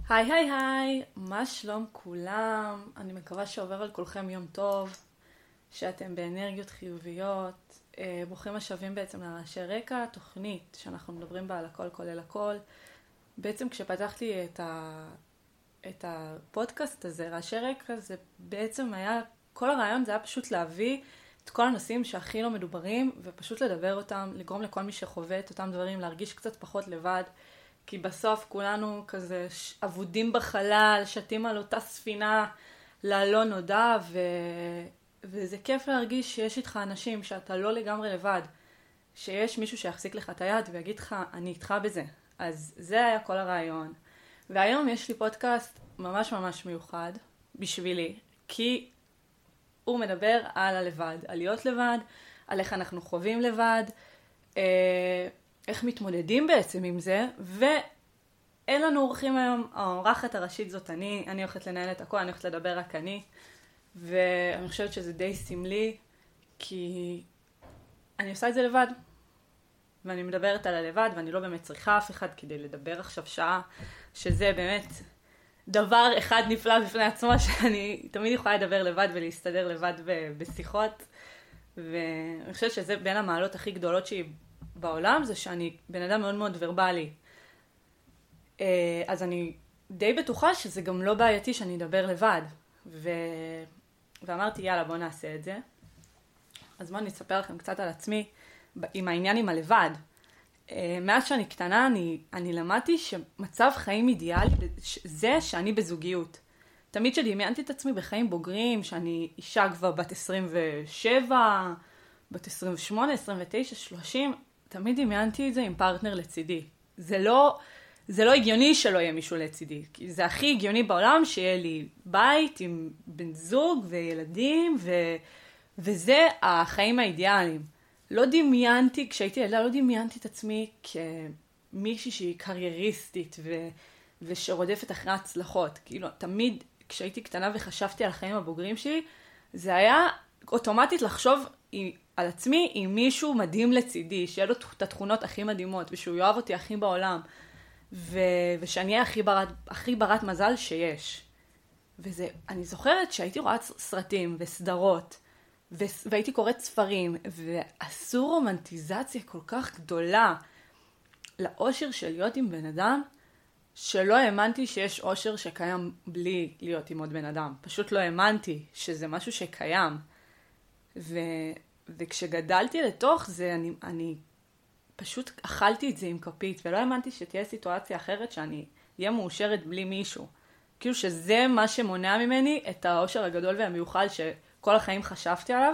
היי היי היי, מה שלום כולם? אני מקווה שעובר על כולכם יום טוב, שאתם באנרגיות חיוביות. ברוכים השבים בעצם לרעשי רקע, תוכנית שאנחנו מדברים בה על הכל כולל הכל. בעצם כשפתחתי את הפודקאסט הזה, רעשי רקע, זה בעצם היה, כל הרעיון זה היה פשוט להביא את כל הנושאים שהכי לא מדוברים, ופשוט לדבר אותם, לגרום לכל מי שחווה את אותם דברים, להרגיש קצת פחות לבד. כי בסוף כולנו כזה עבודים בחלל, שתים על אותה ספינה ללא נודע, וזה כיף להרגיש שיש איתך אנשים שאתה לא לגמרי לבד, שיש מישהו שיחזיק לך את היד ויגיד לך, אני איתך בזה. אז זה היה כל הרעיון. והיום יש לי פודקאסט ממש ממש מיוחד בשבילי, כי הוא מדבר על הלבד, על להיות לבד, על איך אנחנו חווים לבד, איך מתמודדים בעצם עם זה, ואין לנו אורחים היום, האורחת הראשית זאת אני הולכת לנהל את הכל, אני הולכת לדבר רק אני, ואני חושבת שזה די סמלי, כי אני עושה את זה לבד, ואני מדברת על הלבד, ואני לא באמת צריכה אף אחד כדי לדבר עכשיו שעה, שזה באמת דבר אחד נפלא בפני עצמו, שאני תמיד יכולה לדבר לבד ולהסתדר לבד בשיחות, ואני חושבת שזה בין המעלות הכי גדולות שהיא בעולם, זה שאני בן אדם מאוד מאוד ורבלי. אז אני די בטוחה שזה גם לא בעייתי שאני אדבר לבד. ואמרתי, יאללה, בוא נעשה את זה. אז בואו אני אספר לכם קצת על עצמי, עם העניין עם הלבד. מאז שאני קטנה, אני למדתי שמצב חיים אידיאלי זה שאני בזוגיות. תמיד שדמיינתי את עצמי בחיים בוגרים, שאני אישה כבר בת 27, בת 28, 29, 30, תמיד דמיינתי את זה עם פרטנר לצידי. זה לא הגיוני שלא יהיה מישהו לצידי. כי זה הכי הגיוני בעולם שיהיה לי בית עם בן זוג וילדים, וזה החיים האידיאליים. לא דמיינתי, כשהייתי ילדה, לא דמיינתי את עצמי כמישהי שהיא קרייריסטית ושרודפת אחרי הצלחות. כאילו, תמיד כשהייתי קטנה וחשבתי על החיים הבוגרים שלי, זה היה אוטומטית לחשוב על עצמי עם מישהו מדהים לצידי, שיהיה לו את התכונות הכי מדהימות, ושהוא יאהב אותי הכי בעולם, ושאני אהיה הכי ברת מזל שיש. אני זוכרת שהייתי רואה סרטים וסדרות, והייתי קוראת ספרים, ועשו רומנטיזציה כל כך גדולה לאושר של להיות עם בן אדם, שלא האמנתי שיש אושר שקיים בלי להיות עם עוד בן אדם. פשוט לא האמנתי שזה משהו שקיים. וכשגדלתי לתוך זה, אני פשוט אכלתי את זה עם כפית, ולא האמנתי שתהיה סיטואציה אחרת שאני אהיה מאושרת בלי מישהו. כאילו שזה מה שמונע ממני את האושר הגדול והמיוחד שכל החיים חשבתי עליו.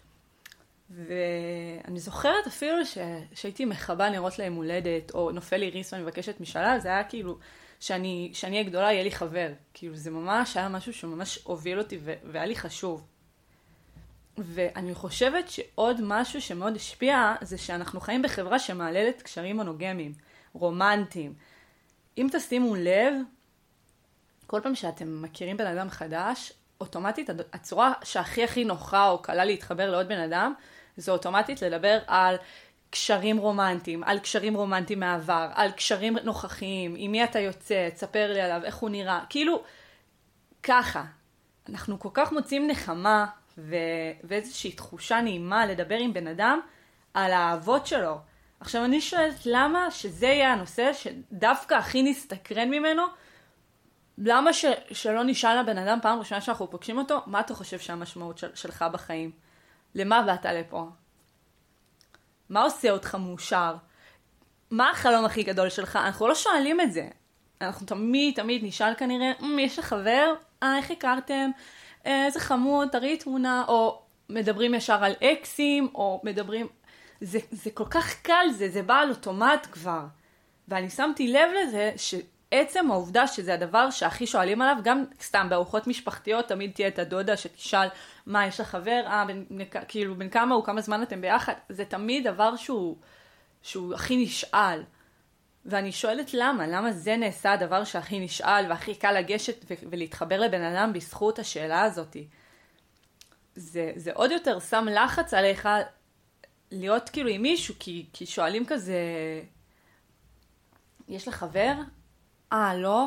ואני זוכרת אפילו שהייתי מחבה נרות להם הולדת, או נופל לי ריס ואני מבקשת משאלה, זה היה כאילו שאני אהיה גדולה, יהיה לי חבר. כאילו זה ממש היה משהו שממש הוביל אותי והיה לי חשוב. ואני חושבת שעוד משהו שמאוד השפיע, זה שאנחנו חיים בחברה שמעללת קשרים מונוגמיים, רומנטיים. אם תשימו לב, כל פעם שאתם מכירים בן אדם חדש, אוטומטית הצורה שהכי נוחה או קלה להתחבר לעוד בן אדם, זה אוטומטית לדבר על קשרים רומנטיים, על קשרים רומנטיים מעבר, על קשרים נוכחיים, עם מי אתה יוצא, תספר לי עליו, איך הוא נראה. כאילו, ככה. אנחנו כל כך מוצאים נחמה ואיזושהי תחושה נעימה לדבר עם בן אדם על האהבות שלו. עכשיו אני שואלת למה שזה יהיה הנושא שדווקא הכי נסתקרן ממנו, למה שלא נשאל לבן אדם פעם ראשונה שאנחנו פוגשים אותו, מה אתה חושב שהמשמעות שלך בחיים? למה באת לפה? מה עושה אותך מאושר? מה החלום הכי גדול שלך? אנחנו לא שואלים את זה. אנחנו תמיד נשאל כנראה, יש לך חבר? איך הכרתם? איזה חמוד, תראי תמונה, או מדברים ישר על אקסים, או מדברים... זה כל כך קל, זה בא על אוטומט כבר. ואני שמתי לב לזה שעצם העובדה שזה הדבר שהכי שואלים עליו, גם סתם בארוחות משפחתיות תמיד תהיה את הדודה שתשאל מה יש לחבר, כאילו בין כמה הוא, כמה זמן אתם ביחד, זה תמיד דבר שהוא הכי נשאל. ואני שואלת למה זה נעשה הדבר שהכי נשאל והכי קל לגשת ולהתחבר לבן אדם בזכות השאלה הזאת. זה עוד יותר שם לחץ עליך להיות כאילו עם מישהו, כי שואלים כזה, יש לך חבר? לא?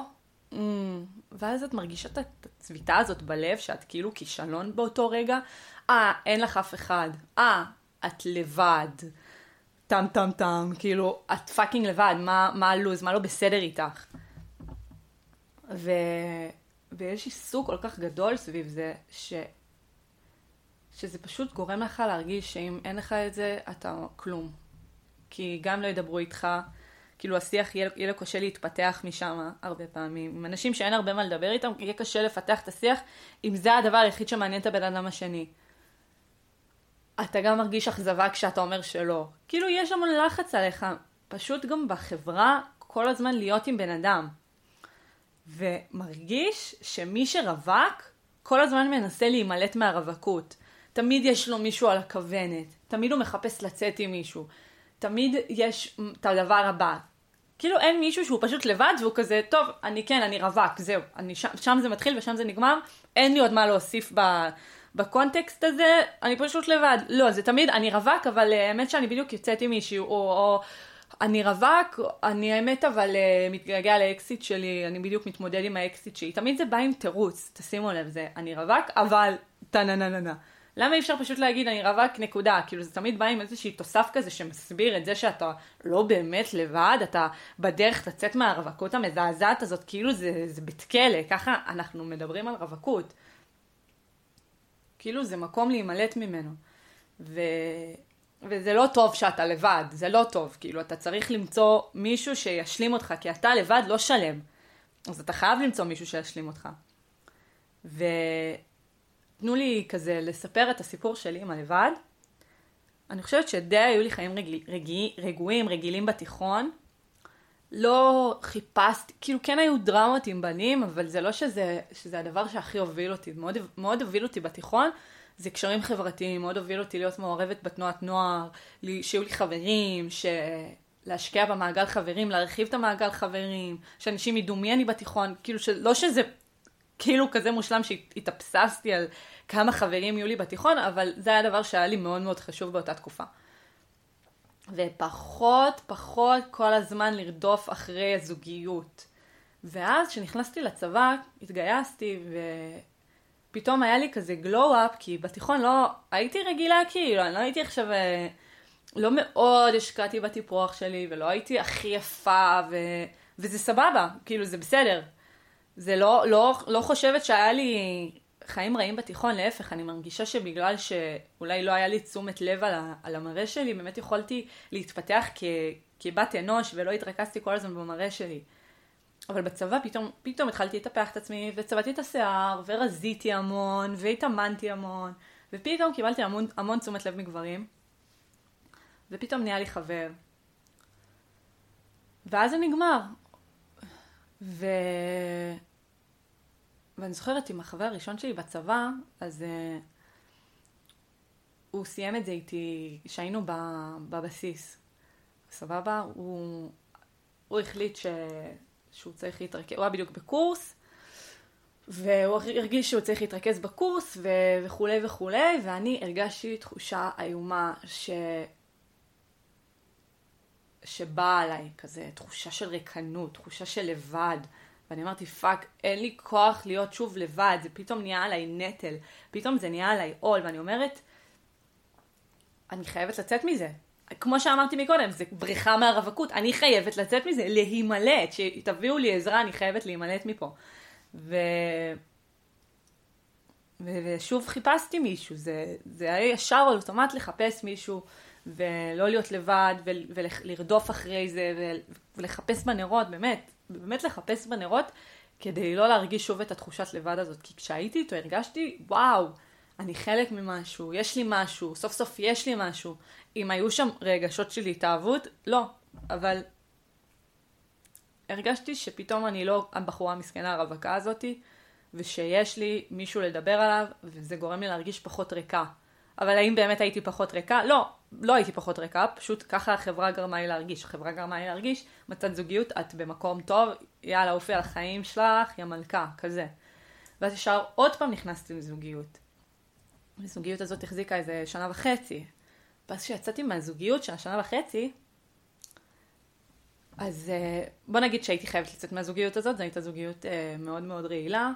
ואז את מרגישה את הצביטה הזאת בלב, שאת כאילו כישלון באותו רגע. אין לך אף אחד. את לבד. טם טם טם, כאילו, את פאקינג לבד, מה הלוז, מה לא בסדר איתך. ויש עיסוק כל כך גדול סביב זה, שזה פשוט גורם לך להרגיש שאם אין לך את זה, אתה כלום. כי גם לא ידברו איתך, כאילו השיח יהיה לו קשה להתפתח משם הרבה פעמים. עם אנשים שאין הרבה מה לדבר איתם, יהיה קשה לפתח את השיח, אם זה הדבר היחיד שמעניין את הבן אדם השני. אתה גם מרגיש אכזבה כשאתה אומר שלא. כאילו יש המון לחץ עליך, פשוט גם בחברה כל הזמן להיות עם בן אדם. ומרגיש שמי שרווק כל הזמן מנסה להימלט מהרווקות. תמיד יש לו מישהו על הכוונת, תמיד הוא מחפש לצאת עם מישהו, תמיד יש את הדבר הבא. כאילו אין מישהו שהוא פשוט לבד והוא כזה, טוב, אני רווק, זהו, שם זה מתחיל ושם זה נגמר, אין לי עוד מה להוסיף בקונטקסט הזה, אני פשוט לבד. לא, זה תמיד, אני רווק, אבל האמת שאני בדיוק יוצאת עם מישהו, או אני רווק, אני האמת אבל מתגעגע לאקסיט שלי, אני בדיוק מתמודד עם האקסיט שלי. תמיד זה בא עם תירוץ, תשימו לב, זה אני רווק, אבל טננננה. למה אי אפשר פשוט להגיד אני רווק נקודה? כאילו זה תמיד בא עם איזושהי תוסף כזה שמסביר את זה שאתה לא באמת לבד, אתה בדרך לצאת מהרווקות המזעזעת הזאת, כאילו זה בית כלא, ככה אנחנו מדברים על רווקות. כאילו זה מקום להימלט ממנו. וזה לא טוב שאתה לבד, זה לא טוב, כאילו אתה צריך למצוא מישהו שישלים אותך, כי אתה לבד לא שלם. אז אתה חייב למצוא מישהו שישלים אותך. תנו לי כזה לספר את הסיפור שלי עם הלבד. אני חושבת שדי היו לי חיים רגועים, רגילים בתיכון. לא חיפשתי, כאילו כן היו דרמות עם בנים, אבל זה לא שזה הדבר שהכי הוביל אותי. מאוד הוביל אותי בתיכון, זה קשרים חברתיים, מאוד הוביל אותי להיות מעורבת בתנועת נוער, שיהיו לי חברים, להשקיע במעגל חברים, להרחיב את המעגל חברים, שאנשים ידעו מי אני בתיכון, כאילו לא שזה כאילו כזה מושלם שהתאבססתי על כמה חברים יהיו לי בתיכון, אבל זה היה דבר שהיה לי מאוד מאוד חשוב באותה תקופה. ופחות כל הזמן לרדוף אחרי הזוגיות. ואז כשנכנסתי לצבא, התגייסתי ופתאום היה לי כזה גלו-אפ, כי בתיכון לא הייתי רגילה כאילו, אני לא הייתי עכשיו, לא מאוד השקעתי בטיפוח שלי, ולא הייתי הכי יפה, וזה סבבה, כאילו זה בסדר. זה לא חושבת שהיה לי חיים רעים בתיכון, להפך, אני מרגישה שבגלל שאולי לא היה לי תשומת לב על המראה שלי, באמת יכולתי להתפתח כבת אנוש, ולא התרכזתי כל הזמן במראה שלי. אבל בצבא פתאום התחלתי לטפח את עצמי, וצבעתי את השיער, ורזיתי המון, והתאמנתי המון, ופתאום קיבלתי המון תשומת לב מגברים, ופתאום נהיה לי חבר. ואז זה נגמר. ואני זוכרת עם החבר הראשון שלי בצבא, אז הוא סיים את זה איתי, שהיינו בבסיס. סבבה, הוא החליט שהוא צריך להתרכז, הוא היה בדיוק בקורס, והוא הרגיש שהוא צריך להתרכז בקורס וכו' וכו', ואני הרגשתי תחושה איומה שבאה עליי כזה, תחושה של ריקנות, תחושה של לבד. ואני אמרתי, פאק, אין לי כוח להיות שוב לבד, זה פתאום נהיה עליי נטל, פתאום זה נהיה עליי עול, ואני אומרת, אני חייבת לצאת מזה. כמו שאמרתי מקודם, זה בריחה מהרווקות, אני חייבת לצאת מזה, להימלט, שתביאו לי עזרה, אני חייבת להימלט מפה. ושוב חיפשתי מישהו, זה היה ישר על אוטומט לחפש מישהו, ולא להיות לבד, ולרדוף אחרי זה, ולחפש בנרות, באמת לחפש בנרות, כדי לא להרגיש שוב את התחושת לבד הזאת. כי כשהייתי איתו הרגשתי, וואו, אני חלק ממשהו, יש לי משהו, סוף סוף יש לי משהו. אם היו שם רגשות של התאהבות, לא. אבל הרגשתי שפתאום אני לא הבחורה המסכנה הרווקה הזאת, ושיש לי מישהו לדבר עליו, וזה גורם לי להרגיש פחות ריקה. אבל האם באמת הייתי פחות ריקה? לא הייתי פחות ריקה, פשוט ככה החברה גרמה לי להרגיש. החברה גרמה לי להרגיש, מצאת זוגיות, את במקום טוב, יאללה, אופי על החיים שלך, יא מלכה, כזה. ואז ישר עוד פעם נכנסתי לזוגיות. הזוגיות הזאת החזיקה איזה 1.5 שנה. ואז כשיצאתי מהזוגיות של 1.5 שנה, אז בוא נגיד שהייתי חייבת לצאת מהזוגיות הזאת, זו הייתה זוגיות מאוד מאוד רעילה,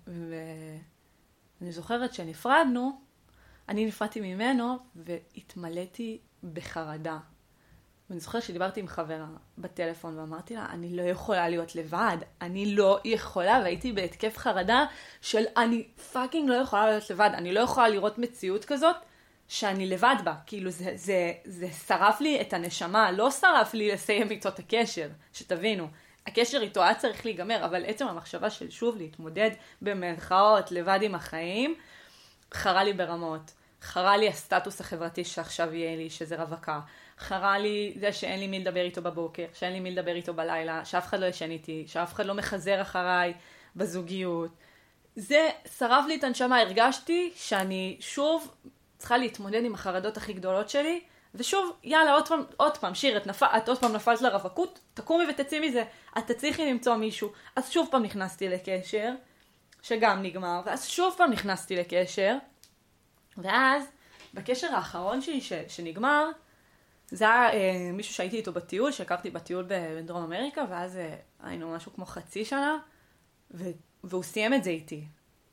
ואני זוכרת שנפרדנו, אני נפרדתי ממנו והתמלאתי בחרדה. ואני זוכרת שדיברתי עם חברה בטלפון ואמרתי לה, אני לא יכולה להיות לבד, אני לא יכולה, והייתי בהתקף חרדה של אני פאקינג לא יכולה להיות לבד, אני לא יכולה לראות מציאות כזאת שאני לבד בה, כאילו זה שרף לי את הנשמה, לא שרף לי לסיים איתו את הקשר, שתבינו, הקשר איתו היה צריך להיגמר, אבל עצם המחשבה של שוב להתמודד במרכאות לבד עם החיים, חרה לי ברמות. חרה לי הסטטוס החברתי שעכשיו יהיה לי, שזה רווקה. חרה לי זה שאין לי מי לדבר איתו בבוקר, שאין לי מי לדבר איתו בלילה, שאף אחד לא ישן איתי, שאף אחד לא מחזר אחריי בזוגיות. זה שרף לי את הנשמה, הרגשתי שאני שוב צריכה להתמודד עם החרדות הכי גדולות שלי, ושוב, יאללה, עוד פעם, שיר, את עוד פעם נפלת לרווקות, תקומי ותצאי מזה, את תצליחי למצוא מישהו. אז שוב פעם נכנסתי לקשר, שגם נגמר, ואז שוב פעם נכנסתי לקשר, ואז, בקשר האחרון שלי שנגמר, זה היה מישהו שהייתי איתו בטיול, שהכרתי בטיול בדרום אמריקה, ואז היינו משהו כמו חצי שנה, והוא סיים את זה איתי.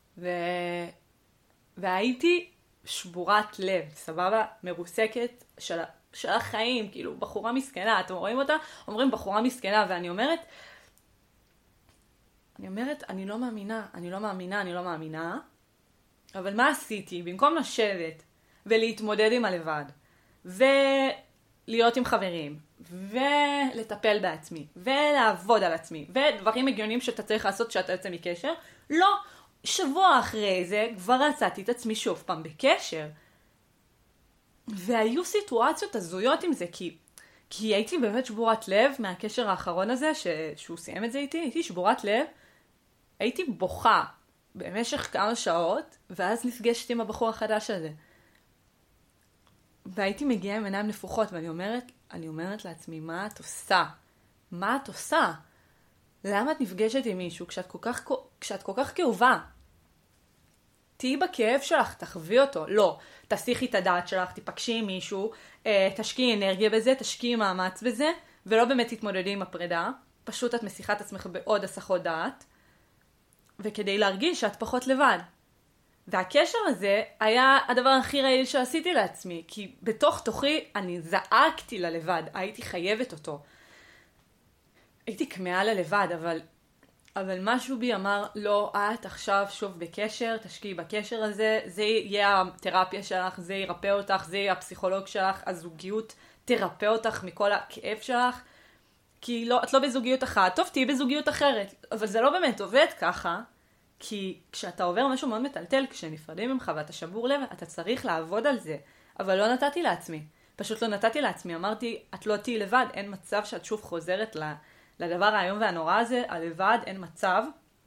והייתי שבורת לב, סבבה, מרוסקת של החיים, כאילו, בחורה מסכנה, אתם רואים אותה? אומרים בחורה מסכנה, ואני אומרת, אני לא מאמינה, אבל מה עשיתי? במקום לשבת ולהתמודד עם הלבד, ולהיות עם חברים, ולטפל בעצמי, ולעבוד על עצמי, ודברים הגיוניים שאתה צריך לעשות כשאתה יוצא מקשר, לא, שבוע אחרי זה כבר רצאתי את עצמי שוב פעם בקשר. והיו סיטואציות הזויות עם זה, כי הייתי באמת שבורת לב מהקשר האחרון הזה, שהוא סיים את זה איתי, הייתי שבורת לב, הייתי בוכה במשך כמה שעות, ואז נפגשתי עם הבחור החדש הזה. והייתי מגיעה עם עיניים נפוחות, ואני אומרת לעצמי, מה את עושה? מה את עושה? למה את נפגשת עם מישהו כשאת כל כך כאובה? תהי בכאב שלך, תחווי אותו. לא, תסיכי את הדעת שלך, תיפגשי עם מישהו, תשקיעי אנרגיה בזה, תשקיעי מאמץ בזה, ולא באמת תתמודדי עם הפרידה. פשוט את מסיחה את עצמך בעוד הסחות דעת, וכדי להרגיש שאת פחות לבד. והקשר הזה היה הדבר הכי רעיל שעשיתי לעצמי, כי בתוך תוכי אני זעקתי ללבד, הייתי חייבת אותו. הייתי כמאה ללבד, אבל משהו בי אמר, לא, את עכשיו שוב בקשר, תשקיעי בקשר הזה, זה יהיה התרפיה שלך, זה ירפא אותך, זה יהיה הפסיכולוג שלך, הזוגיות תרפא אותך מכל הכאב שלך, כי לא, את לא בזוגיות אחת, טוב, תהיי בזוגיות אחרת, אבל זה לא באמת עובד ככה, כי כשאתה עובר משהו מאוד מטלטל, כשנפרדים ממך ואתה שבור לב, אתה צריך לעבוד על זה, אבל לא נתתי לעצמי, פשוט לא נתתי לעצמי, אמרתי, את לא תהיי לבד, אין מצב שאת שוב חוזרת לדבר האיום והנורא הזה, הלבד, אין מצב.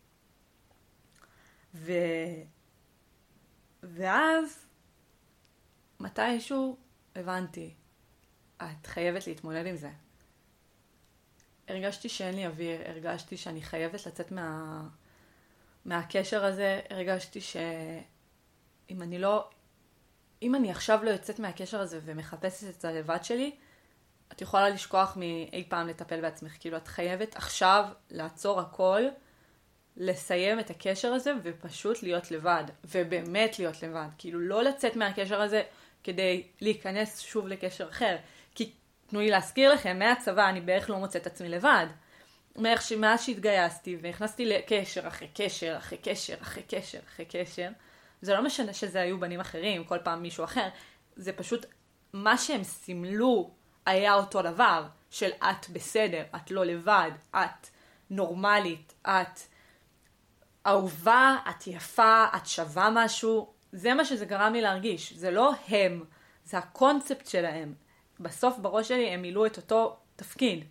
ואז, מתישהו הבנתי, את חייבת להתמודד עם זה. הרגשתי שאין לי אוויר, הרגשתי שאני חייבת לצאת מהקשר הזה, הרגשתי שאם אני עכשיו לא יוצאת מהקשר הזה ומחפשת את הלבד שלי, את יכולה לשכוח מאי פעם לטפל בעצמך. כאילו, את חייבת עכשיו לעצור הכל, לסיים את הקשר הזה ופשוט להיות לבד. ובאמת להיות לבד. כאילו, לא לצאת מהקשר הזה כדי להיכנס שוב לקשר אחר. כי תנו לי להזכיר לכם, מהצבא אני בערך לא מוצאת עצמי לבד. מאז שהתגייסתי והכנסתי לקשר אחרי קשר, אחרי קשר, אחרי קשר, אחרי קשר, זה לא משנה שזה היו בנים אחרים, כל פעם מישהו אחר. זה פשוט מה שהם סימלו היה אותו דבר, של את בסדר, את לא לבד, את נורמלית, את אהובה, את יפה, את שווה משהו. זה מה שזה גרם לי להרגיש. זה לא הם, זה הקונספט שלהם. בסוף בראש שלי הם מילאו את אותו תפקיד.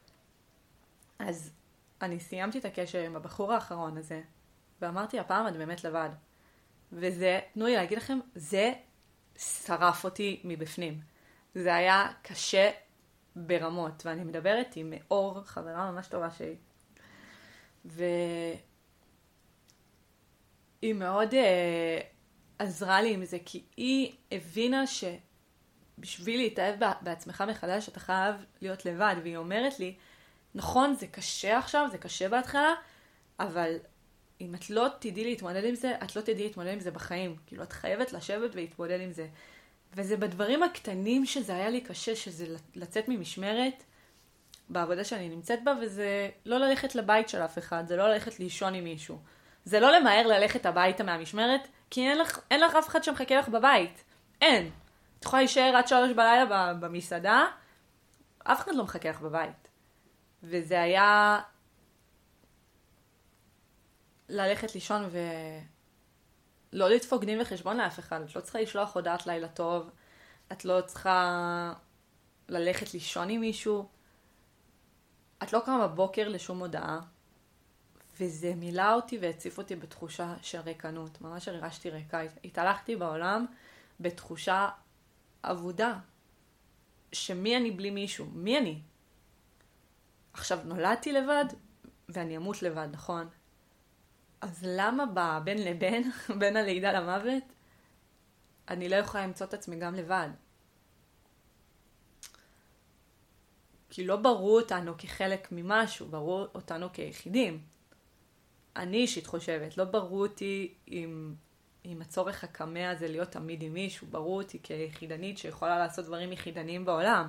אז אני סיימתי את הקשר עם הבחור האחרון הזה, ואמרתי, הפעם את באמת לבד. וזה, תנו לי להגיד לכם, זה שרף אותי מבפנים. זה היה קשה ברמות, ואני מדברת עם אור, חברה ממש טובה שלי. והיא מאוד עזרה לי עם זה, כי היא הבינה שבשביל להתאהב בעצמך מחדש, אתה חייב להיות לבד, והיא אומרת לי, נכון, זה קשה עכשיו, זה קשה בהתחלה, אבל אם את לא תדעי להתמודד עם זה, את לא תדעי להתמודד עם זה בחיים. כאילו, את חייבת לשבת ולהתמודד עם זה. וזה בדברים הקטנים שזה היה לי קשה, שזה לצאת ממשמרת בעבודה שאני נמצאת בה, וזה לא ללכת לבית של אף אחד, זה לא ללכת לישון עם מישהו. זה לא למהר ללכת הביתה מהמשמרת, כי אין לך אף אחד שמחכה לך בבית. אין. את יכולה להישאר עד 3 בלילה במסעדה, אף אחד לא מחכה לך בבית. וזה היה ללכת לישון ולא לדפוק דין וחשבון לאף אחד. את לא צריכה לשלוח הודעת לילה טוב, את לא צריכה ללכת לישון עם מישהו, את לא קמה בבוקר לשום הודעה, וזה מילא אותי והציף אותי בתחושה של ריקנות. ממש הרגשתי ריקה. התהלכתי בעולם בתחושה עבודה. שמי אני בלי מישהו? מי אני? עכשיו נולדתי לבד, ואני אמות לבד, נכון? אז למה בין לבין, בין הלידה למוות, אני לא יכולה למצוא את עצמי גם לבד? כי לא ברור אותנו כחלק ממשהו, ברור אותנו כיחידים. אני אישית חושבת, לא ברור אותי עם הצורך הקמה הזה להיות תמיד עם מישהו, ברור אותי כיחידנית שיכולה לעשות דברים יחידניים בעולם.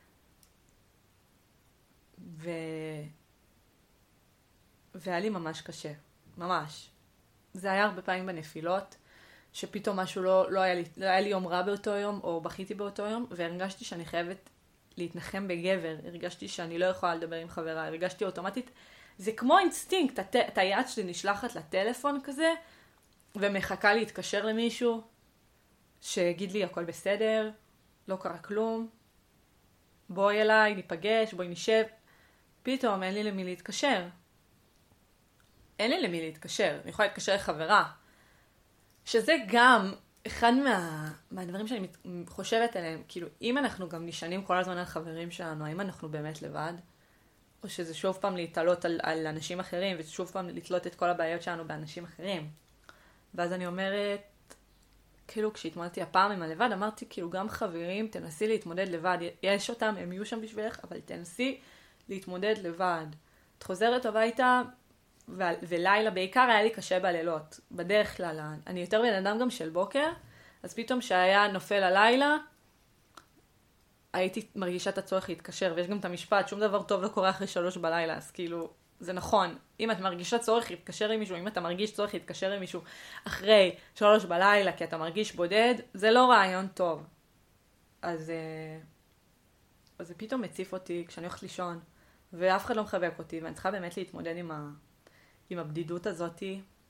והיה לי ממש קשה, ממש. זה היה הרבה פעמים בנפילות, שפתאום משהו לא היה לי יום רע באותו יום, או בכיתי באותו יום, והרגשתי שאני חייבת להתנחם בגבר, הרגשתי שאני לא יכולה לדבר עם חברה, הרגשתי אוטומטית, זה כמו אינסטינקט, את היד שלי נשלחת לטלפון כזה, ומחכה להתקשר למישהו, שיגיד לי הכל בסדר, לא קרה כלום, בואי אליי, ניפגש, בואי נשב, פתאום אין לי למי להתקשר. אין לי למי להתקשר, אני יכולה להתקשר לחברה, שזה גם אחד מהדברים שאני חושבת עליהם, כאילו אם אנחנו גם נשענים כל הזמן על חברים שלנו, האם אנחנו באמת לבד? או שזה שוב פעם להתעלות על אנשים אחרים, ושוב פעם לתלות את כל הבעיות שלנו באנשים אחרים. ואז אני אומרת, כאילו כשהתמודדתי הפעם עם הלבד, אמרתי כאילו גם חברים, תנסי להתמודד לבד, יש אותם, הם יהיו שם בשבילך, אבל תנסי להתמודד לבד. את חוזרת הביתה, ולילה בעיקר היה לי קשה בלילות, בדרך כלל, אני יותר בן אדם גם של בוקר, אז פתאום שהיה נופל הלילה, הייתי מרגישה את הצורך להתקשר, ויש גם את המשפט, שום דבר טוב לא קורה אחרי 3 בלילה, אז כאילו, זה נכון, אם את מרגישה צורך להתקשר עם מישהו, אם אתה מרגיש צורך להתקשר עם מישהו אחרי 3 בלילה, כי אתה מרגיש בודד, זה לא רעיון טוב. אז זה פתאום מציף אותי כשאני הולכת לישון, ואף אחד לא מחבק אותי, ואני צריכה באמת להתמודד עם הבדידות הזאת.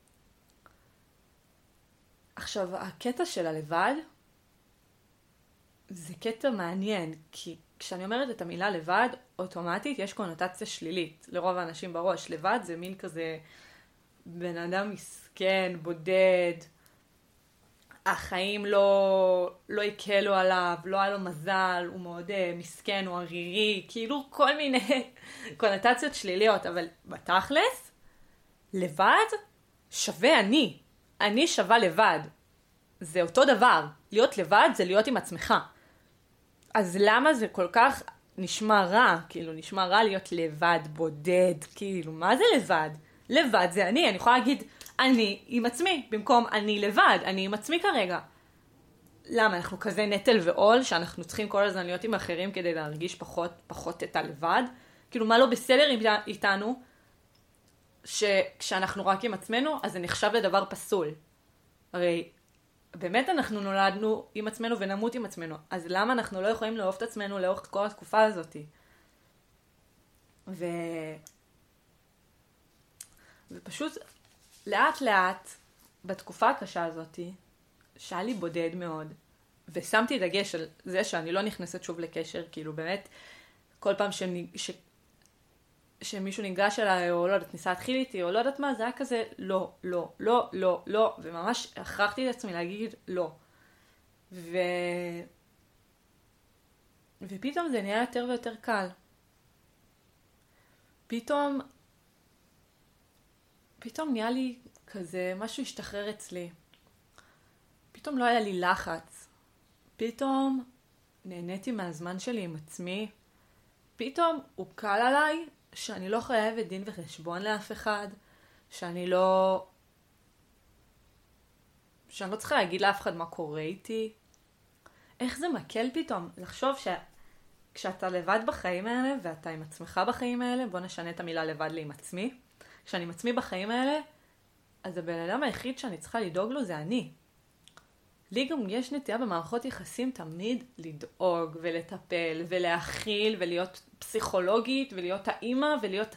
עכשיו, הקטע של הלבד, זה קטע מעניין, כי כשאני אומרת את המילה לבד, אוטומטית יש קונוטציה שלילית לרוב האנשים בראש. לבד זה מין כזה בן אדם מסכן, בודד, החיים לא יקלו עליו, לא היה לו מזל, הוא מאוד מסכן, הוא ערירי, כאילו כל מיני קונוטציות שליליות, אבל בתכלס, לבד שווה אני שווה לבד. זה אותו דבר, להיות לבד זה להיות עם עצמך. אז למה זה כל כך נשמע רע? כאילו נשמע רע להיות לבד, בודד, כאילו מה זה לבד? לבד זה אני יכולה להגיד אני עם עצמי, במקום אני לבד, אני עם עצמי כרגע. למה? אנחנו כזה נטל ועול שאנחנו צריכים כל הזמן להיות עם אחרים כדי להרגיש פחות את הלבד? כאילו מה לא בסדר איתנו שכשאנחנו רק עם עצמנו אז זה נחשב לדבר פסול. הרי באמת אנחנו נולדנו עם עצמנו ונמות עם עצמנו, אז למה אנחנו לא יכולים לאהוב את עצמנו לאורך כל התקופה הזאת? ופשוט לאט לאט בתקופה הקשה הזאת שהיה לי בודד מאוד, ושמתי דגש על זה שאני לא נכנסת שוב לקשר, כאילו באמת כל פעם שמישהו ניגש אליי או לא יודעת ניסה להתחיל איתי או לא יודעת מה, זה היה כזה לא, לא, לא, לא, לא, וממש הכרחתי את עצמי להגיד לא. ופתאום זה נהיה יותר ויותר קל. פתאום נהיה לי כזה, משהו השתחרר אצלי. פתאום לא היה לי לחץ. פתאום נהניתי מהזמן שלי עם עצמי. פתאום הוא קל עליי שאני לא חייבת דין וחשבון לאף אחד, שאני לא צריכה להגיד לאף אחד מה קורה איתי. איך זה מקל פתאום לחשוב כשאתה לבד בחיים האלה, ואתה עם עצמך בחיים האלה, בוא נשנה את המילה לבד לי עם עצמי. כשאני עם עצמי בחיים האלה, אז הבן אדם היחיד שאני צריכה לדאוג לו זה אני. לי גם יש נטייה במערכות יחסים תמיד לדאוג ולטפל ולהכיל ולהיות פסיכולוגית ולהיות האימא ולהיות...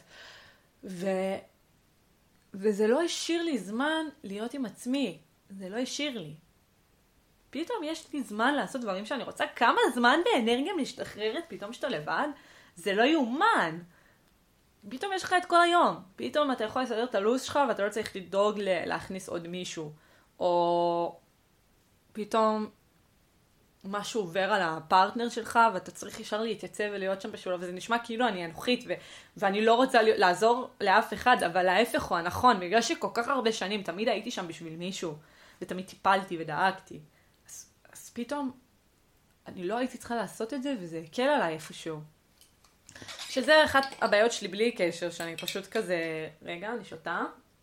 וזה לא השאיר לי זמן להיות עם עצמי. זה לא השאיר לי. פתאום יש לי זמן לעשות דברים שאני רוצה. כמה זמן באנרגיה משתחררת פתאום שאתה לבד? זה לא יאומן. פתאום יש לך את כל היום. פתאום אתה יכול לסדר את הלו"ז שלך ואתה לא צריך לדאוג להכניס עוד מישהו. או פתאום משהו עובר על הפרטנר שלך ואתה צריך ישר להתייצב ולהיות שם בשבילו. וזה נשמע כאילו אני אנוכית ואני לא רוצה לעזור לאף אחד, אבל ההפך הוא הנכון. בגלל שכל כך הרבה שנים תמיד הייתי שם בשביל מישהו ותמיד טיפלתי ודאגתי. אז פתאום אני לא הייתי צריכה לעשות את זה וזה הקל עליי איפשהו. שזה אחת הבעיות שלי בלי קשר, שאני פשוט כזה, רגע, אני שותה.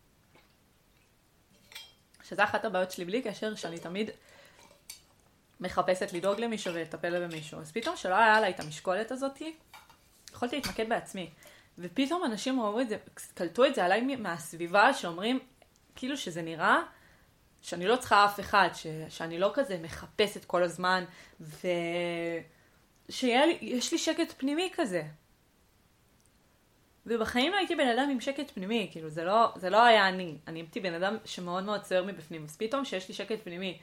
שזה אחת הבעיות שלי בלי קשר, שאני תמיד מחפשת לדאוג למישהו ולטפל במישהו. אז פתאום שלא היה לה את המשקולת הזאת, יכולתי להתמקד בעצמי. ופתאום אנשים ראו את זה, קלטו את זה עליי מהסביבה שאומרים, כאילו שזה נראה, שאני לא צריכה אף אחד, שאני לא כזה מחפשת כל הזמן, שיש לי שקט פנימי כזה. ובחיים לא הייתי בן אדם עם שקט פנימי, כאילו זה לא היה אני. אני הייתי בן אדם שמאוד מאוד צוער מבפנים, אז פתאום שיש לי שקט פנימי,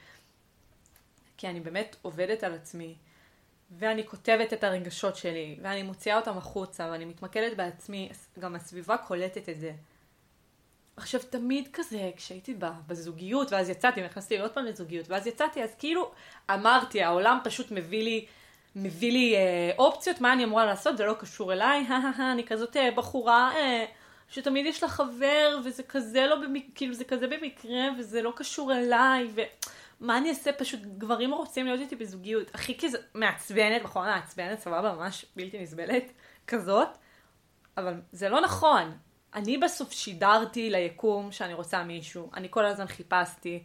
כי אני באמת עובדת על עצמי, ואני כותבת את הרגשות שלי, ואני מוציאה אותם החוצה, ואני מתמקדת בעצמי, גם הסביבה קולטת את זה. עכשיו תמיד כזה, כשהייתי בזוגיות, ואז יצאתי, נכנסתי עוד פעם לזוגיות, ואז יצאתי, אז כאילו אמרתי, העולם פשוט מביא לי אופציות, מה אני אמורה לעשות, זה לא קשור אליי, אני כזאת בחורה, שתמיד יש לה חבר, וזה כזה לא כאילו זה כזה במקרה, וזה לא קשור אליי, ומה אני אעשה, פשוט גברים רוצים להיות איתי בזוגיות, הכי כזה מעצבנת, בחורה מעצבנת, סבבה, ממש בלתי נסבלת, כזאת, אבל זה לא נכון. אני בסוף שידרתי ליקום שאני רוצה מישהו, אני כל הזמן חיפשתי,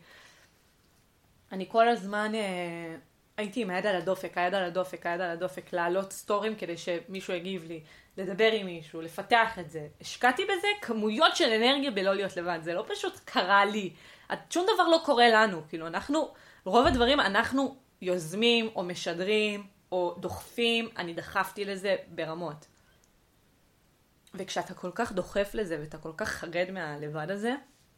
אני כל הזמן הייתי עם היד על הדופק, לעלות סטורים כדי שמישהו יגיב לי, לדבר עם מישהו, לפתח את זה. השקעתי בזה כמויות של אנרגיה בלא להיות לבד, זה לא פשוט קרה לי, שום דבר לא קורה לנו, כאילו רוב הדברים אנחנו יוזמים או משדרים או דוחפים, אני דחפתי לזה ברמות. וכשאתה כל כך דוחף לזה ואתה כל כך חרד מהלבד הזה,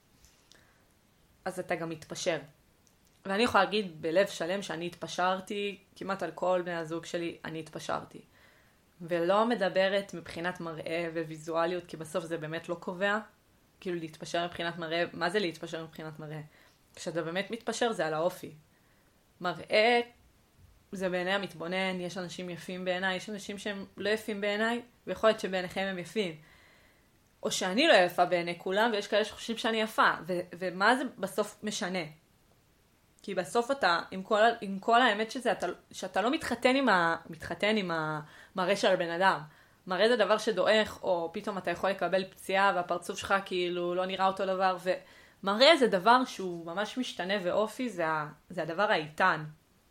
אז אתה גם מתפשר. ואני יכולה להגיד בלב שלם שאני התפשרתי, כמעט על כל בני הזוג שלי אני התפשרתי. ולא מדברת מבחינת מראה וויזואליות, כי בסוף זה באמת לא קובע. כאילו להתפשר מבחינת מראה, מה זה להתפשר מבחינת מראה? כשאתה באמת מתפשר זה על האופי. מראה זה בעיני המתבונן, יש אנשים יפים בעיניי, יש אנשים שהם לא יפים בעיניי, ויכול להיות שבעיניכם הם יפים. או שאני לא יפה בעיני כולם, ויש כאלה שחושבים שאני יפה. ומה זה בסוף משנה? כי בסוף אתה, עם כל האמת שזה, שאתה לא מתחתן עם המראה של הבן אדם. מראה זה דבר שדועך, או פתאום אתה יכול לקבל פציעה, והפרצוף שלך כאילו לא נראה אותו דבר, ומראה זה דבר שהוא ממש משתנה, ואופי זה הדבר האיתן.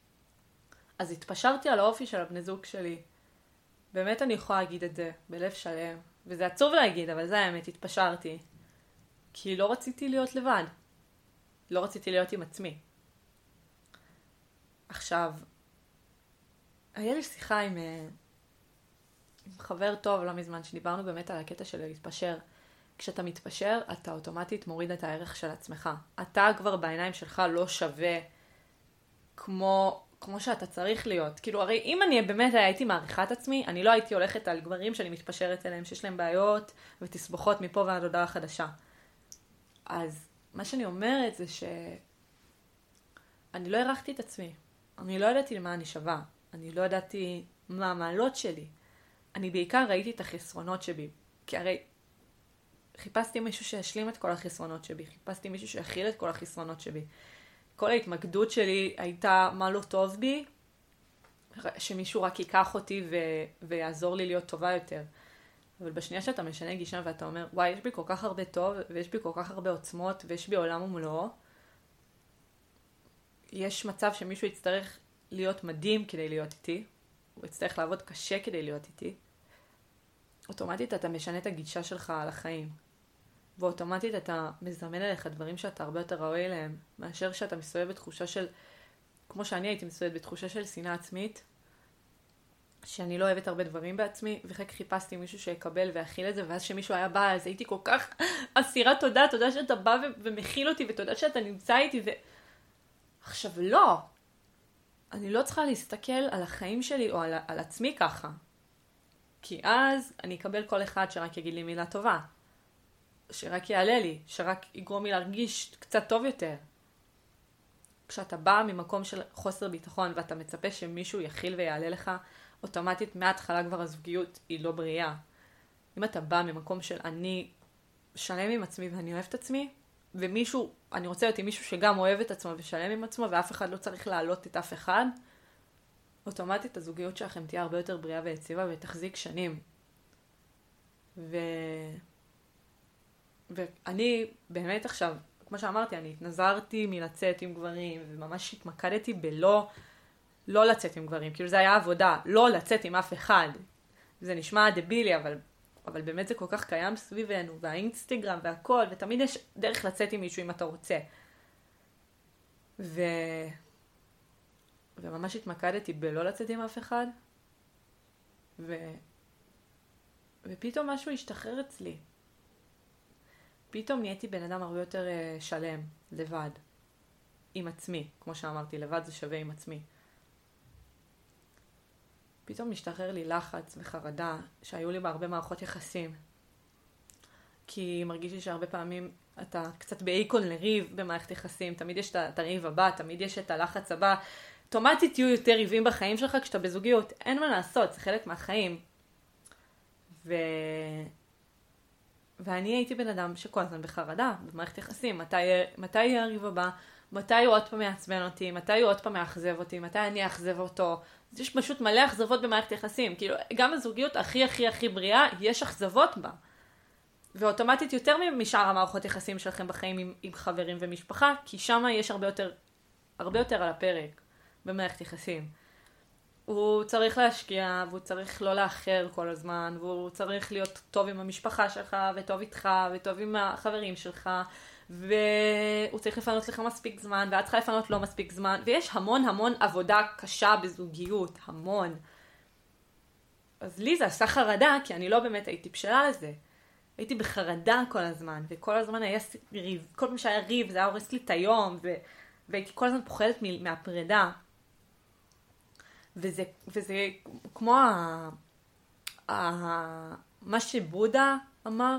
אז התפשרתי על האופי של הבני זוג שלי. באמת אני יכולה להגיד את זה, בלב שלם. וזה עצוב להגיד, אבל זה האמת, התפשרתי. כי לא רציתי להיות לבד. לא רציתי להיות עם עצמי. עכשיו, היה לי שיחה עם חבר טוב לא מזמן, שדיברנו באמת על הקטע של להתפשר. כשאתה מתפשר, אתה אוטומטית מוריד את הערך של עצמך. אתה כבר בעיניים שלך לא שווה כמו שאתה צריך להיות. כאילו, הרי אם אני באמת הייתי מעריכה את עצמי, אני לא הייתי הולכת על גברים שאני מתפשרת אליהם, שיש להם בעיות ותסבוכות מפה ועד הודעה חדשה. אז מה שאני אומרת זה שאני לא הערכתי את עצמי. אני לא ידעתי למה אני שווה. אני לא ידעתי מה המעלות שלי. אני בעיקר ראיתי את החסרונות שבי. כי הרי חיפשתי מישהו שישלים את כל החסרונות שבי. חיפשתי מישהו שיכיל את כל החסרונות שבי. כל ההתמקדות שלי הייתה מה לא טוב בי, שמישהו רק ייקח אותי ויעזור לי להיות טובה יותר. אבל בשנייה שאתה משנה גישה ואתה אומר, וואי, יש בי כל כך הרבה טוב, ויש בי כל כך הרבה עוצמות, ויש בי עולם ומלואו, יש מצב שמישהו יצטרך להיות מדהים כדי להיות איתי, הוא יצטרך לעבוד קשה כדי להיות איתי, אוטומטית אתה משנה את הגישה שלך על החיים. ואוטומטית אתה מזמן אליך דברים שאתה הרבה יותר ראוי אליהם, מאשר שאתה מסתובב בתחושה של, כמו שאני הייתי מסתובבת בתחושה של שנאה עצמית, שאני לא אוהבת הרבה דברים בעצמי, וחלק חיפשתי מישהו שיקבל ויכיל את זה, ואז שמישהו היה בא, אז הייתי כל כך אסירת תודה שאתה בא ומכיל אותי, ותודה שאתה נמצא איתי, עכשיו לא, אני לא צריכה להסתכל על החיים שלי או על עצמי ככה, כי אז אני אקבל כל אחד שרק יגיד לי מילה טובה, שרק יעלה לי, שרק יגרום לי להרגיש קצת טוב יותר. כשאתה בא ממקום של חוסר ביטחון ואתה מצפה שמישהו יכיל ויעלה לך, אוטומטית מההתחלה כבר הזוגיות היא לא בריאה. אם אתה בא ממקום של אני שלם עם עצמי ואני אוהב את עצמי, ומישהו, אני רוצה להיות עם מישהו שגם אוהב את עצמו ושלם עם עצמו, ואף אחד לא צריך להעלות את אף אחד, אוטומטית הזוגיות שלכם תהיה הרבה יותר בריאה ויציבה ותחזיק שנים. ואני באמת עכשיו, כמו שאמרתי, אני התנזרתי מלצאת עם גברים, וממש התמקדתי לא לצאת עם גברים, כאילו זה היה עבודה, לא לצאת עם אף אחד. זה נשמע דבילי, אבל באמת זה כל כך קיים סביבנו, והאינסטגרם והכל, ותמיד יש דרך לצאת עם מישהו אם אתה רוצה. וממש התמקדתי בלא לצאת עם אף אחד, ופתאום משהו השתחרר אצלי. פתאום נהייתי בן אדם הרבה יותר שלם, לבד, עם עצמי, כמו שאמרתי, לבד זה שווה עם עצמי. פתאום משתחרר לי לחץ וחרדה שהיו לי בהרבה מערכות יחסים. כי מרגיש לי שהרבה פעמים אתה קצת באיקון לריב במערכת יחסים, תמיד יש את הריב הבא, תמיד יש את הלחץ הבא. אוטומטית יהיו יותר ריבים בחיים שלך כשאתה בזוגיות, אין מה לעשות, זה חלק מהחיים. ואני הייתי בן אדם שכל הזמן בחרדה, במערכת יחסים, מתי יהיה הריב הבא, מתי הוא עוד פעם יעצבן אותי, מתי הוא עוד פעם יאכזב אותי, מתי אני אאכזב אותו. אז יש פשוט מלא אכזבות במערכת יחסים, כאילו גם הזוגיות הכי בריאה, יש אכזבות בה. ואוטומטית יותר משאר המערכות יחסים שלכם בחיים עם חברים ומשפחה, כי שם יש הרבה יותר על הפרק במערכת יחסים. הוא צריך להשקיע, והוא צריך לא לאחר כל הזמן, והוא צריך להיות טוב עם המשפחה שלך, וטוב איתך, וטוב עם החברים שלך, והוא צריך לפנות לך מספיק זמן, ואת צריכה לפנות לו מספיק זמן, ויש המון עבודה קשה בזוגיות, המון. אז לי זה עשה חרדה, כי אני לא באמת הייתי בשלה לזה. הייתי בחרדה כל הזמן, וכל הזמן היה ריב, כל פעם שהיה ריב, זה היה הורס לי את היום, והייתי כל הזמן פוחדת מהפרידה. וזה כמו מה שבודה אמר,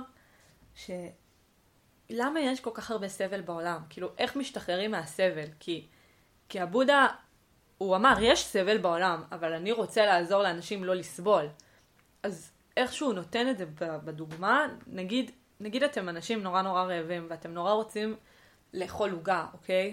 למה יש כל כך הרבה סבל בעולם? כאילו, איך משתחררים מהסבל? כי הבודה, הוא אמר, יש סבל בעולם, אבל אני רוצה לעזור לאנשים לא לסבול. אז איכשהו נותן את זה בדוגמה, נגיד אתם אנשים נורא רעבים, ואתם נורא רוצים לאכול עוגה, אוקיי?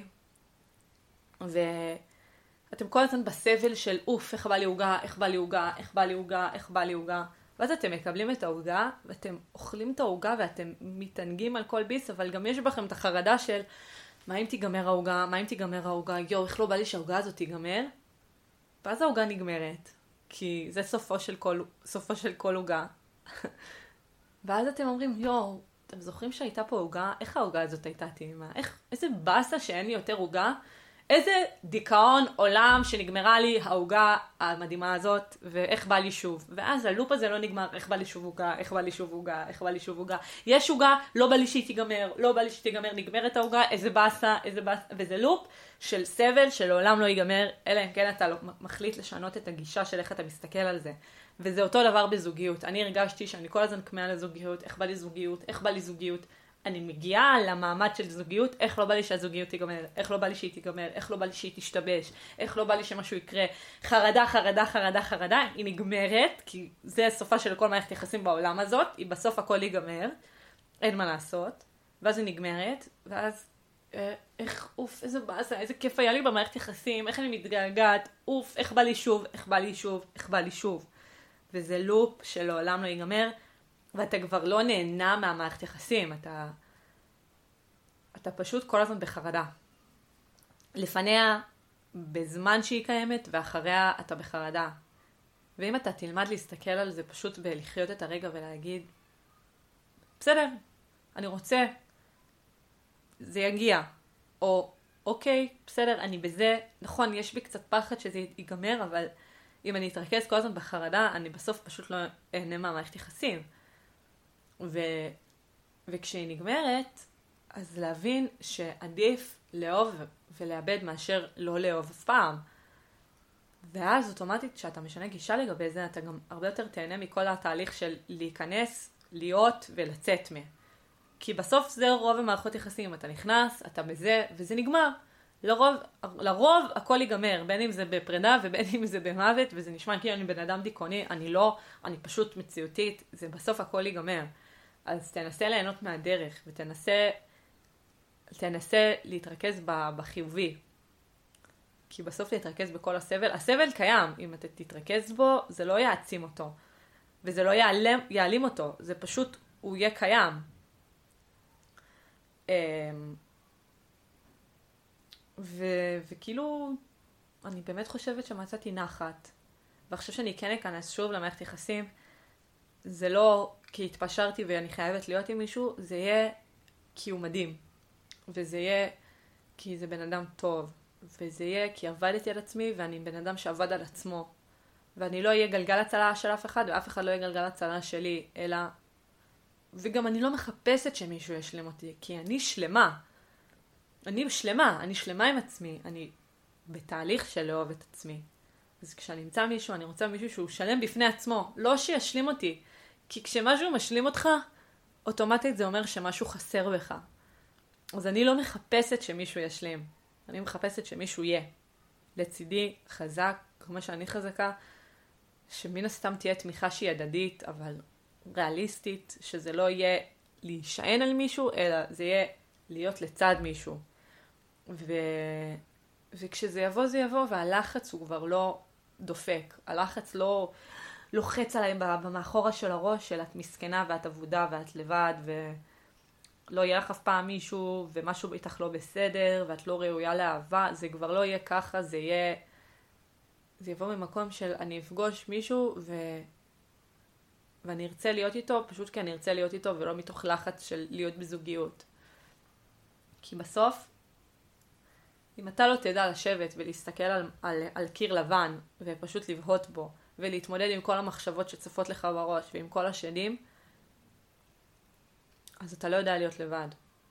אתם כל הזמן בסבל של איך בא לי עוגה, איך בא לי עוגה, איך בא לי עוגה, איך בא לי עוגה. ואז אתם מקבלים את העוגה, ואתם אוכלים את העוגה, ואתם מתענגים על כל ביס, אבל גם יש בכם את החרדה של, מה אם תיגמר העוגה, מה אם תיגמר העוגה, איך לא בא לי שהעוגה הזאת תיגמר? ואז העוגה נגמרת, כי זה סופו של כל עוגה. ואז אתם אומרים, אתם זוכרים שהייתה פה עוגה? איך העוגה הזאת הייתה טעימה? איזה באסה שאין לי יותר עוגה? איזה דיכאון עולם שנגמרה לי העוגה המדהימה הזאת, ואיך בא לי שוב. ואז הלופ הזה לא נגמר, איך בא לי שוב עוגה, איך בא לי שוב עוגה, איך בא לי שוב עוגה. יש עוגה, לא בא לי שהיא תיגמר, לא בא לי שתיגמר, נגמרת העוגה, איזה באסה, וזה לופ של סבל שלעולם לא ייגמר, אלא אם כן אתה מחליט לשנות את הגישה של איך אתה מסתכל על זה. וזה אותו דבר בזוגיות. אני הרגשתי שאני כל הזמן כמהה לזוגיות, איך בא לי זוגיות, איך בא לי זוגיות. אני מגיעה למעמד של זוגיות, איך לא בא לי שהזוגיות תיגמר, איך לא בא לי שהיא תיגמר, איך לא בא לי שהיא תשתבש, איך לא בא לי שמשהו יקרה. חרדה, היא נגמרת, כי זה הסופה של כל מערכת יחסים בעולם הזאת, היא בסוף הכל ייגמר, אין מה לעשות, ואז היא נגמרת, ואז איזה באסה, איזה כיף היה לי במערכת יחסים, איך אני מתגעגעת, איך בא לי שוב. וזה לופ שלעולם לא ייגמר, ואתה כבר לא נהנה מהמערכת יחסים, אתה פשוט כל הזמן בחרדה. לפניה, בזמן שהיא קיימת, ואחריה אתה בחרדה. ואם אתה תלמד להסתכל על זה פשוט בלחיות את הרגע ולהגיד, בסדר, אני רוצה, זה יגיע. או, אוקיי, בסדר, אני בזה, נכון, יש בי קצת פחד שזה ייגמר, אבל אם אני אתרכז כל הזמן בחרדה, אני בסוף פשוט לא אהנה מהמערכת יחסים. וכשהיא נגמרת, אז להבין שעדיף לאהוב ולאבד מאשר לא לאהוב אף פעם. ואז אוטומטית, כשאתה משנה גישה לגבי זה, אתה גם הרבה יותר תהנה מכל התהליך של להיכנס, להיות ולצאת מה. כי בסוף זה רוב המערכות יחסים. אתה נכנס, אתה בזה, וזה נגמר. לרוב הכל ייגמר, בין אם זה בפרידה ובין אם זה במוות, וזה נשמע כאילו אני בן אדם דיכאוני, אני לא, אני פשוט מציאותית, זה בסוף הכל ייגמר. אז תנסה ליהנות מהדרך, ותנסה להתרכז בחיובי. כי בסוף להתרכז בכל הסבל, הסבל קיים, אם אתה תתרכז בו, זה לא יעצים אותו, וזה לא יעלים אותו, זה פשוט, הוא יהיה קיים. וכאילו, אני באמת חושבת שמצאתי נחת, ועכשיו שאני כן אכנס שוב למערכת יחסים, זה לא כי התפשרתי ואני חייבת להיות עם מישהו, זה יהיה כי הוא מדהים, וזה יהיה כי זה בן אדם טוב, וזה יהיה כי עבדתי על עצמי ואני בן אדם שעבד על עצמו, ואני לא אהיה גלגל הצלה של אף אחד, ואף אחד לא יהיה גלגל הצלה שלי, אלא, וגם אני לא מחפשת שמישהו ישלים אותי, כי אני שלמה. אני שלמה עם עצמי, אני בתהליך של לאהוב את עצמי. אז כשאני אמצא מישהו, אני רוצה מישהו שהוא שלם בפני עצמו, לא שישלים אותי. כי כשמשהו משלים אותך, אוטומטית זה אומר שמשהו חסר בך. אז אני לא מחפשת שמישהו ישלים. אני מחפשת שמישהו יהיה. לצידי חזק, כמו שאני חזקה, שמן הסתם תהיה תמיכה שהיא הדדית, אבל ריאליסטית, שזה לא יהיה להישען על מישהו, אלא זה יהיה להיות לצד מישהו. וכשזה יבוא, זה יבוא, והלחץ הוא כבר לא דופק. הלחץ לא לוחץ עליי במאחורה של הראש, של את מסכנה ואת עבודה ואת לבד, ולא יהיה לך אף פעם מישהו, ומשהו איתך לא בסדר, ואת לא ראויה לאהבה. זה כבר לא יהיה ככה, זה יבוא ממקום של אני אפגוש מישהו, ואני ארצה להיות איתו, פשוט כי אני ארצה להיות איתו, ולא מתוך לחץ של להיות בזוגיות. כי בסוף, אם אתה לא תדע לשבת ולהסתכל על קיר לבן, ופשוט לבהות בו, ולהתמודד עם כל המחשבות שצפות לך בראש, ועם כל השדים, אז אתה לא יודע להיות לבד.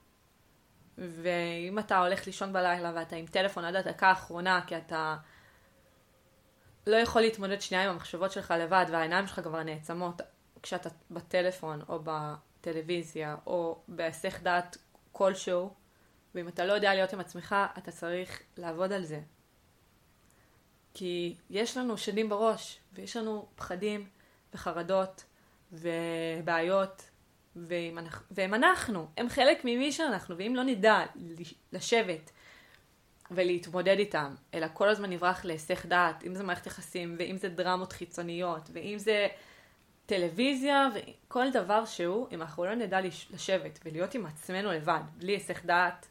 ואם אתה הולך לישון בלילה, ואתה עם טלפון עד הדקה האחרונה, כי אתה לא יכול להתמודד שנייה עם המחשבות שלך לבד, והעיניים שלך כבר נעצמות, כשאתה בטלפון, או בטלוויזיה, או בהיסח דעת כלשהו, ואם אתה לא יודע להיות עם עצמך, אתה צריך לעבוד על זה. כי יש לנו שדים בראש, ויש לנו פחדים וחרדות ובעיות, והם אנחנו, הם חלק ממי שאנחנו, ואם לא נדע לשבת ולהתמודד איתם, אלא כל הזמן נברח להיסח דעת, אם זה מערכת יחסים, ואם זה דרמות חיצוניות, ואם זה טלוויזיה, וכל דבר שהוא, אם אנחנו לא נדע לשבת ולהיות עם עצמנו לבד, בלי היסח דעת,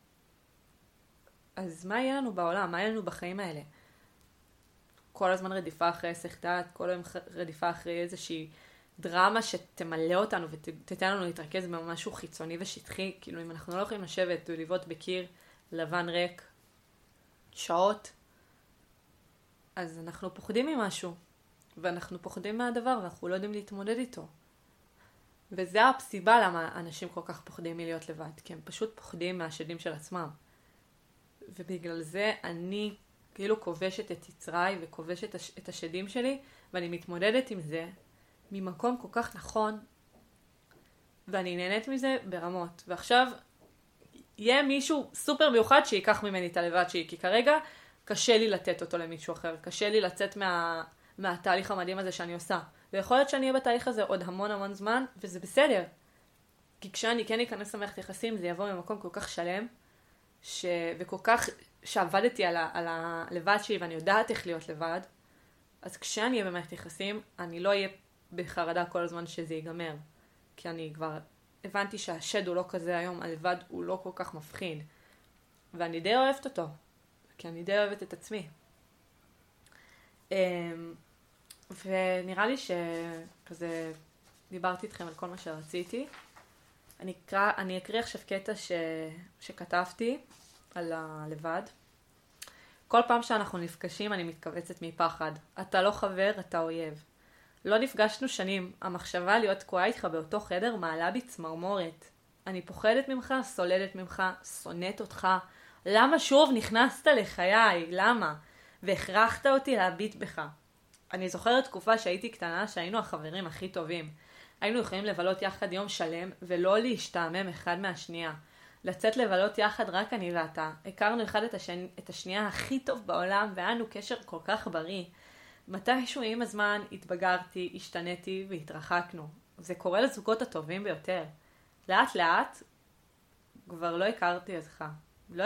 אז מה יהיה לנו בעולם? מה יהיה לנו בחיים האלה? כל הזמן רדיפה אחרי היסח דעת, כל הזמן רדיפה אחרי איזושהי דרמה שתמלא אותנו ותתן לנו להתרכז במשהו חיצוני ושטחי. כאילו אם אנחנו לא יכולים לשבת ולבעוט בקיר לבן ריק שעות, אז אנחנו פוחדים ממשהו, ואנחנו פוחדים מהדבר ואנחנו לא יודעים להתמודד איתו. וזה הסיבה למה אנשים כל כך פוחדים מלהיות לבד, כי הם פשוט פוחדים מהשדים של עצמם. ובגלל זה אני כאילו כובשת את יצריי וכובשת את השדים שלי, ואני מתמודדת עם זה ממקום כל כך נכון, ואני נהנית מזה ברמות. ועכשיו יהיה מישהו סופר מיוחד שיקח ממני את הלבד שלי, כי כרגע קשה לי לתת אותו למישהו אחר, קשה לי לצאת מהתהליך המדהים הזה שאני עושה. ויכול להיות שאני אהיה בתהליך הזה עוד המון זמן, וזה בסדר. כי כשאני כן אכנס למערכת יחסים, זה יבוא ממקום כל כך שלם, וכל כך שעבדתי על הלבד שלי, ואני יודעת איך להיות לבד, אז כשאני אהיה במערכת יחסים, אני לא אהיה בחרדה כל הזמן שזה ייגמר. כי אני כבר הבנתי שהשד הוא לא כזה היום, הלבד הוא לא כל כך מפחיד. ואני די אוהבת אותו, כי אני די אוהבת את עצמי. ונראה לי שכזה דיברתי איתכם על כל מה שרציתי. אני אקריא עכשיו קטע שכתבתי על הלבד. כל פעם שאנחנו נפגשים אני מתכווצת מפחד. אתה לא חבר, אתה אויב. לא נפגשנו שנים, המחשבה להיות תקועה איתך באותו חדר מעלה בי צמרמורת. אני פוחדת ממך, סולדת ממך, שונאת אותך. למה שוב נכנסת לחיי? למה? והכרחת אותי להביט בך. אני זוכרת תקופה שהייתי קטנה שהיינו החברים הכי טובים. היינו יכולים לבלות יחד יום שלם ולא להשתעמם אחד מהשנייה. לצאת לבלות יחד רק אני ואתה. הכרנו אחד את השנייה הכי טוב בעולם והיה לנו קשר כל כך בריא. מתישהו עם הזמן התבגרתי, השתניתי והתרחקנו. זה קורה לזוגות הטובים ביותר. לאט לאט כבר לא הכרתי אותך. לא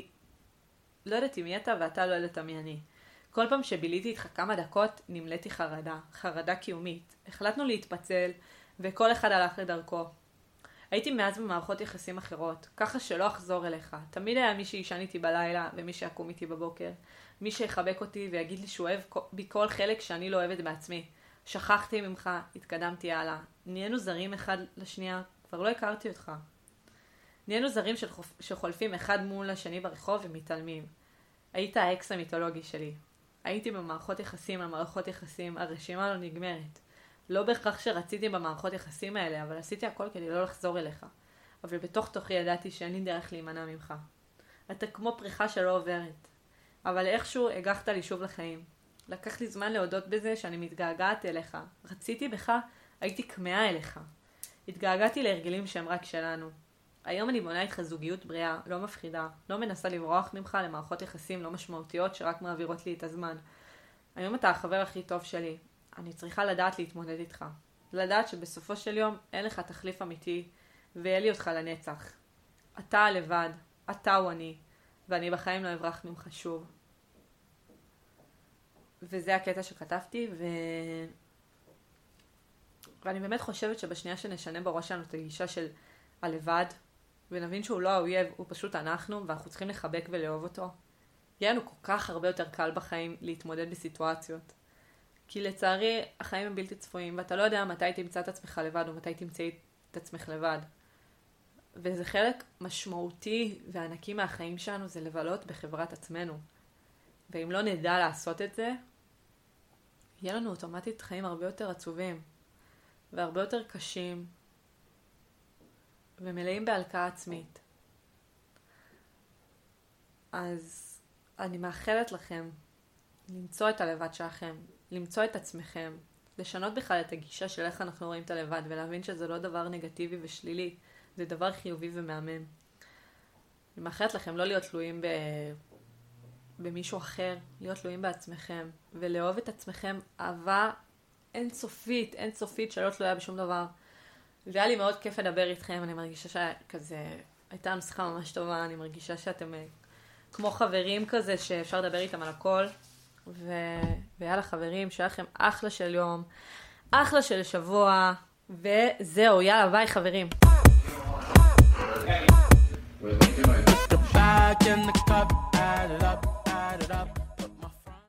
ידעתי מי אתה ואתה לא ידעת מי אני. כל פעם שביליתי איתך כמה דקות נמלאתי חרדה קיומית. החלטנו להתפצל וכל אחד הלך לדרכו. הייתי מאז במערכות יחסים אחרות, ככה שלא אחזור אליך. תמיד היה מי שישן איתי בלילה ומי שיקום איתי בבוקר. מי שיחבק אותי ויגיד לי שהוא אוהב בי כל חלק שאני לא אוהבת בעצמי. שכחתי ממך, התקדמתי הלאה. נהיינו זרים אחד לשנייה, כבר לא הכרתי אותך. נהיינו זרים שחולפים אחד מול השני ברחוב ומתעלמים. היית האקס המיתולוגי שלי. הייתי במערכות יחסים, המערכות יחסים, הרשימה לא נגמרת. לא בהכרח שרציתי במערכות יחסים האלה, אבל עשיתי הכל כדי לא לחזור אליך. אבל בתוך תוכי ידעתי שאין לי דרך להימנע ממך. אתה כמו פריחה שלא עוברת. אבל איכשהו הגחת לי שוב לחיים. לקח לי זמן להודות בזה שאני מתגעגעת אליך. רציתי בך, הייתי כמאה אליך. התגעגעתי להרגלים שהם רק שלנו. היום אני בונה איתך זוגיות בריאה, לא מפחידה, לא מנסה לברוח ממך למערכות יחסים לא משמעותיות שרק מעבירות לי את הזמן. היום אתה החבר הכי טוב שלי. אני צריכה לדעת להתמודד איתך. לדעת שבסופו של יום אין לך תחליף אמיתי, ויהיה לי אותך לנצח. אתה לבד, אתה הוא אני, ואני בחיים לא אברח ממך שוב. וזה הקטע שכתבתי, ואני באמת חושבת שבשנייה שנשנה בראש שלנו את הגישה של הלבד, ונבין שהוא לא האויב, הוא פשוט אנחנו, ואנחנו צריכים לחבק ולאהוב אותו. יהיה לנו כל כך הרבה יותר קל בחיים להתמודד בסיטואציות. כי לצערי, החיים הם בלתי צפויים, ואתה לא יודע מתי תמצא את עצמך לבד, או מתי תמצאי את עצמך לבד. וזה חלק משמעותי וענקי מהחיים שלנו, זה לבלות בחברת עצמנו. ואם לא נדע לעשות את זה, יהיה לנו אוטומטית חיים הרבה יותר עצובים, והרבה יותר קשים, ומלאים בהלקאה עצמית. אז אני מאחלת לכם למצוא את הלבד שלכם, למצוא את עצמכם, לשנות בכלל את הגישה של איך אנחנו רואים את הלבד, ולהבין שזה לא דבר נגטיבי ושלילי, זה דבר חיובי ומאמן. אני מאחלת לכם לא להיות תלויים במישהו אחר, להיות תלויים בעצמכם, ולאהוב את עצמכם אהבה אינסופית, אינסופית שלא תלויה בשום דבר. והיה לי מאוד כיף לדבר איתכם, אני מרגישה שכזה, הייתה לנו שיחה ממש טובה, אני מרגישה שאתם כמו חברים כזה שאפשר לדבר איתם על הכל. ויאללה חברים, שיהיה לכם אחלה של יום, אחלה של שבוע, וזהו, יאללה ביי חברים. Back in the cup, add it up, add it up.